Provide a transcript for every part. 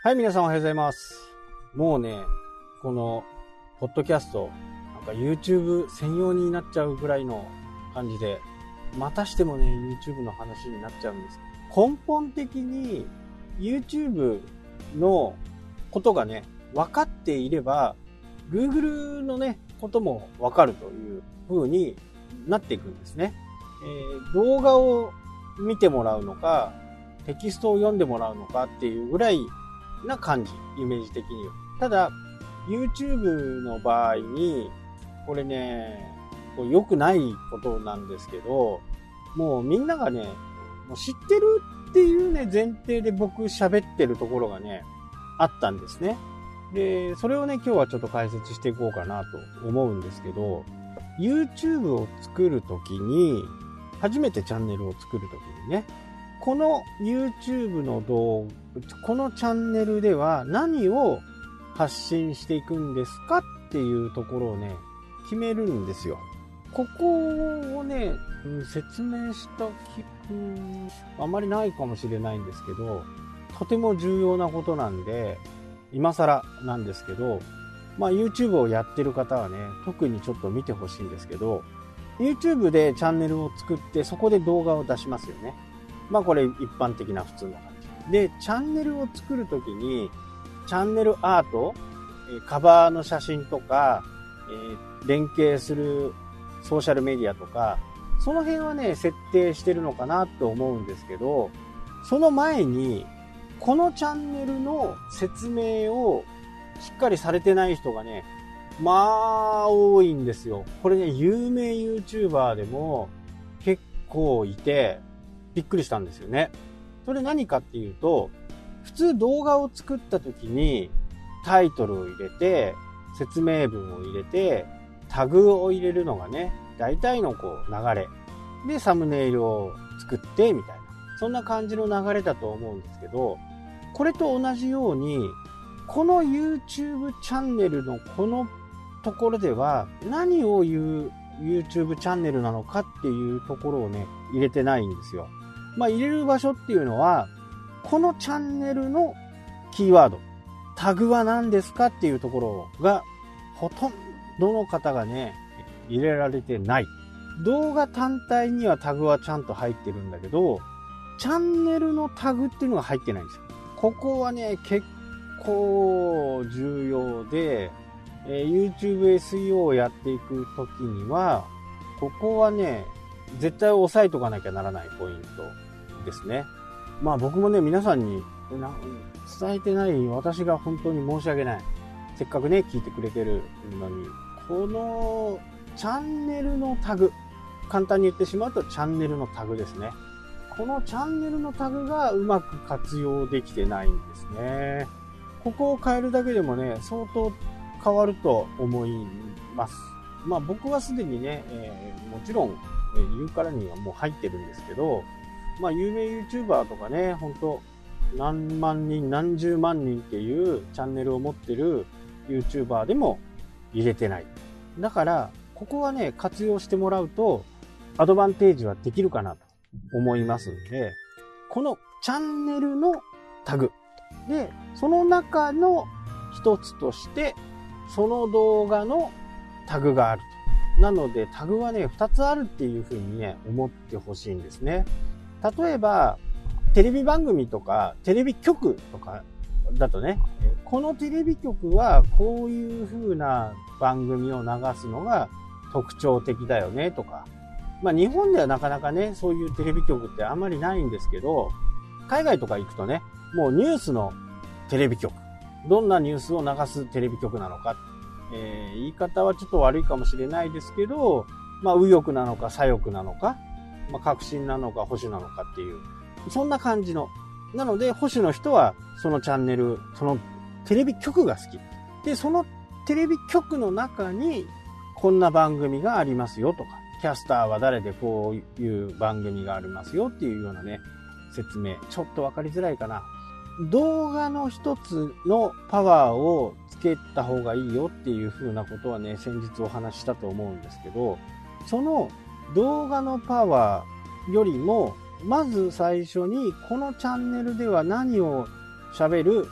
はい、皆さんおはようございます。もうね、この、ポッドキャスト、なんか YouTube 専用になっちゃうぐらいの感じで、またしてもね、YouTube の話になっちゃうんです。根本的に YouTube のことがね、分かっていれば、Google のね、ことも分かるという風になっていくんですね。動画を見てもらうのか、テキストを読んでもらうのかっていうぐらいな感じ、イメージ的には。ただ、YouTube の場合に、これね、良くないことなんですけど、もうみんながね、もう知ってるっていうね、前提で僕喋ってるところがね、あったんですね。で、それをね、今日はちょっと解説していこうかなと思うんですけど、YouTube を作るときに、初めてチャンネルを作るときにね、この YouTube のこのチャンネルでは何を発信していくんですかっていうところをね、決めるんですよ。ここをね、説明した記憶、あまりないかもしれないんですけど、とても重要なことなんで、今更なんですけど、YouTube をやってる方はね、特にちょっと見てほしいんですけど、YouTube でチャンネルを作ってそこで動画を出しますよね。これ一般的な普通の感じ。で、チャンネルを作るときに、チャンネルアート、カバーの写真とか、連携するソーシャルメディアとか、その辺はね、設定してるのかなと思うんですけど、その前に、このチャンネルの説明をしっかりされてない人がね、多いんですよ。これね、有名 YouTuber でも結構いて、びっくりしたんですよね。それ何かっていうと、普通動画を作った時にタイトルを入れて、説明文を入れて、タグを入れるのがね、大体の流れ。で、サムネイルを作ってみたいな。そんな感じの流れだと思うんですけど、これと同じように、この YouTube チャンネルのこのところでは何を言う YouTube チャンネルなのかっていうところをね、入れてないんですよ。入れる場所っていうのは、このチャンネルのキーワード、タグは何ですかっていうところが、ほとんどの方がね、入れられてない。動画単体にはタグはちゃんと入ってるんだけど、チャンネルのタグっていうのが入ってないんですよ。ここはね、結構重要で、YouTube SEO をやっていくときには、ここはね、絶対押さえとかなきゃならないポイントですね。僕もね、皆さんに伝えてない私が本当に申し訳ない。せっかくね、聞いてくれてるのに、このチャンネルのタグ、簡単に言ってしまうとチャンネルのタグですね。このチャンネルのタグがうまく活用できてないんですね。ここを変えるだけでもね、相当変わると思います。僕はすでにね、もちろん、言うからにはもう入ってるんですけど、有名 YouTuber とかね、本当何万人、何十万人っていうチャンネルを持ってる YouTuber でも入れてない。だから、ここはね、活用してもらうと、アドバンテージはできるかなと思いますんで、このチャンネルのタグ。で、その中の一つとして、その動画のタグがあると。なので、タグはね、2つあるっていう風にね、思ってほしいんですね。例えば、テレビ番組とか、テレビ局とかだとね、このテレビ局はこういう風な番組を流すのが特徴的だよねとか、日本ではなかなかね、そういうテレビ局ってあんまりないんですけど、海外とか行くとね、もうニュースのテレビ局、どんなニュースを流すテレビ局なのか、言い方はちょっと悪いかもしれないですけど、右翼なのか左翼なのか、革新なのか保守なのかっていう、そんな感じの。なので、保守の人はそのチャンネル、そのテレビ局が好き。で、そのテレビ局の中に、こんな番組がありますよとか、キャスターは誰でこういう番組がありますよっていうようなね、説明。ちょっとわかりづらいかな。動画の一つのパワーをつけた方がいいよっていう風なことはね、先日お話ししたと思うんですけど、その動画のパワーよりも、まず最初にこのチャンネルでは何を喋る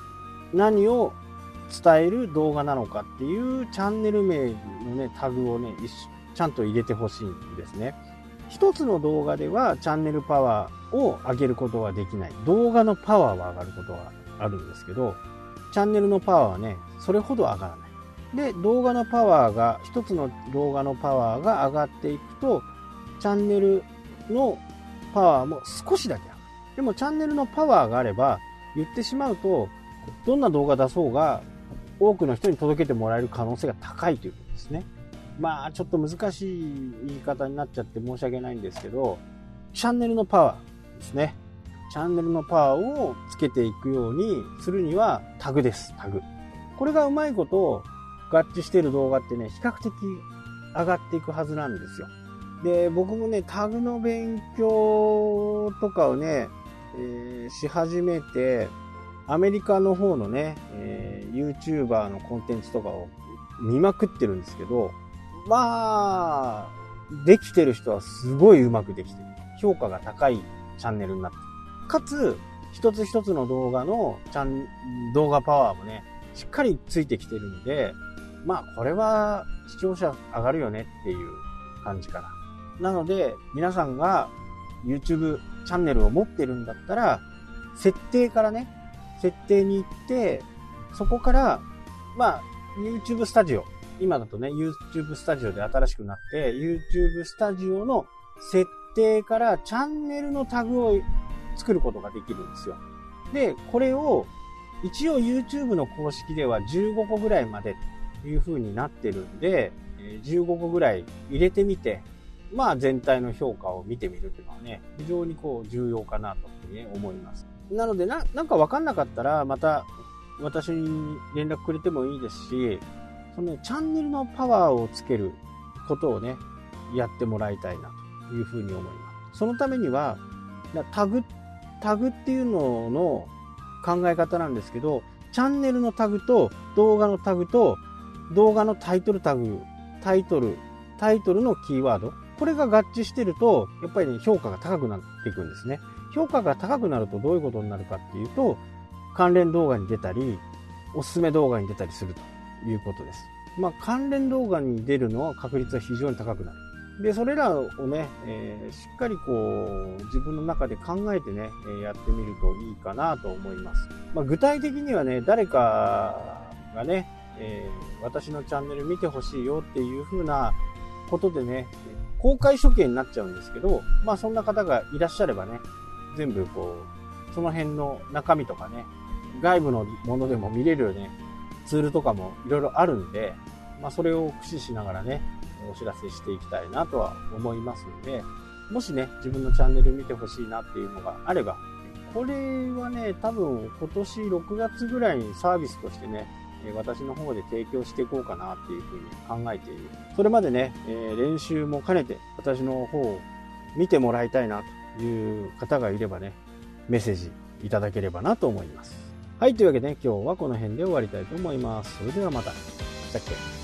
何を伝える動画なのかっていうチャンネル名のね、タグをね、ちゃんと入れてほしいんですね。一つの動画ではチャンネルパワーを上げることはできない。動画のパワーは上がることはあるんですけど、チャンネルのパワーはね、それほど上がらない。で、動画のパワーが、一つの動画のパワーが上がっていくと、チャンネルのパワーも少しだけ上がる。でもチャンネルのパワーがあれば、言ってしまうと、どんな動画出そうが、多くの人に届けてもらえる可能性が高いということですね。まあちょっと難しい言い方になっちゃって申し訳ないんですけど、チャンネルのパワーですね。チャンネルのパワーをつけていくようにするにはタグです。タグ。これがうまいこと合致している動画ってね、比較的上がっていくはずなんですよ。で、僕もね、タグの勉強とかをね、し始めて、アメリカの方のね、YouTuber のコンテンツとかを見まくってるんですけど、まあ、できてる人はすごいうまくできてる。評価が高いチャンネルになってる。かつ、一つ一つの動画の動画パワーもね、しっかりついてきてるんで、まあ、これは視聴者上がるよねっていう感じかな。なので、皆さんが YouTube チャンネルを持ってるんだったら、設定からね、設定に行って、そこから、まあ、YouTube スタジオ。今だとね、YouTube スタジオで新しくなって、YouTube スタジオの設定からチャンネルのタグを作ることができるんですよ。で、これを、一応 YouTube の公式では15個ぐらいまでという風になってるんで、15個ぐらい入れてみて、まあ全体の評価を見てみるっていうのはね、非常にこう重要かなというふうに思います。なのでなんかわかんなかったら、また私に連絡くれてもいいですし、そのチャンネルのパワーをつけることをね、やってもらいたいなというふうに思います。そのためには、タグっていうのの考え方なんですけど、チャンネルのタグと動画のタグと動画のタイトルタグ、タイトルのキーワード、これが合致してると、やっぱりね、評価が高くなっていくんですね。評価が高くなるとどういうことになるかっていうと、関連動画に出たり、おすすめ動画に出たりするということです。まあ、関連動画に出るのは確率は非常に高くなる。で、それらをね、しっかりこう、自分の中で考えてね、やってみるといいかなと思います。まあ、具体的にはね、誰かがね、私のチャンネル見てほしいよっていう風なことでね、公開処刑になっちゃうんですけど、まあそんな方がいらっしゃればね、全部こう、その辺の中身とかね、外部のものでも見れるよね、ツールとかもいろいろあるんで、まあそれを駆使しながらね、お知らせしていきたいなとは思いますので、もしね、自分のチャンネル見てほしいなっていうのがあれば、これはね、多分今年6月ぐらいにサービスとしてね、私の方で提供していこうかなっていうふうに考えている。それまでね、練習も兼ねて私の方を見てもらいたいなという方がいればね、メッセージいただければなと思います。はい、というわけでね、今日はこの辺で終わりたいと思います。それではまた。したっけ？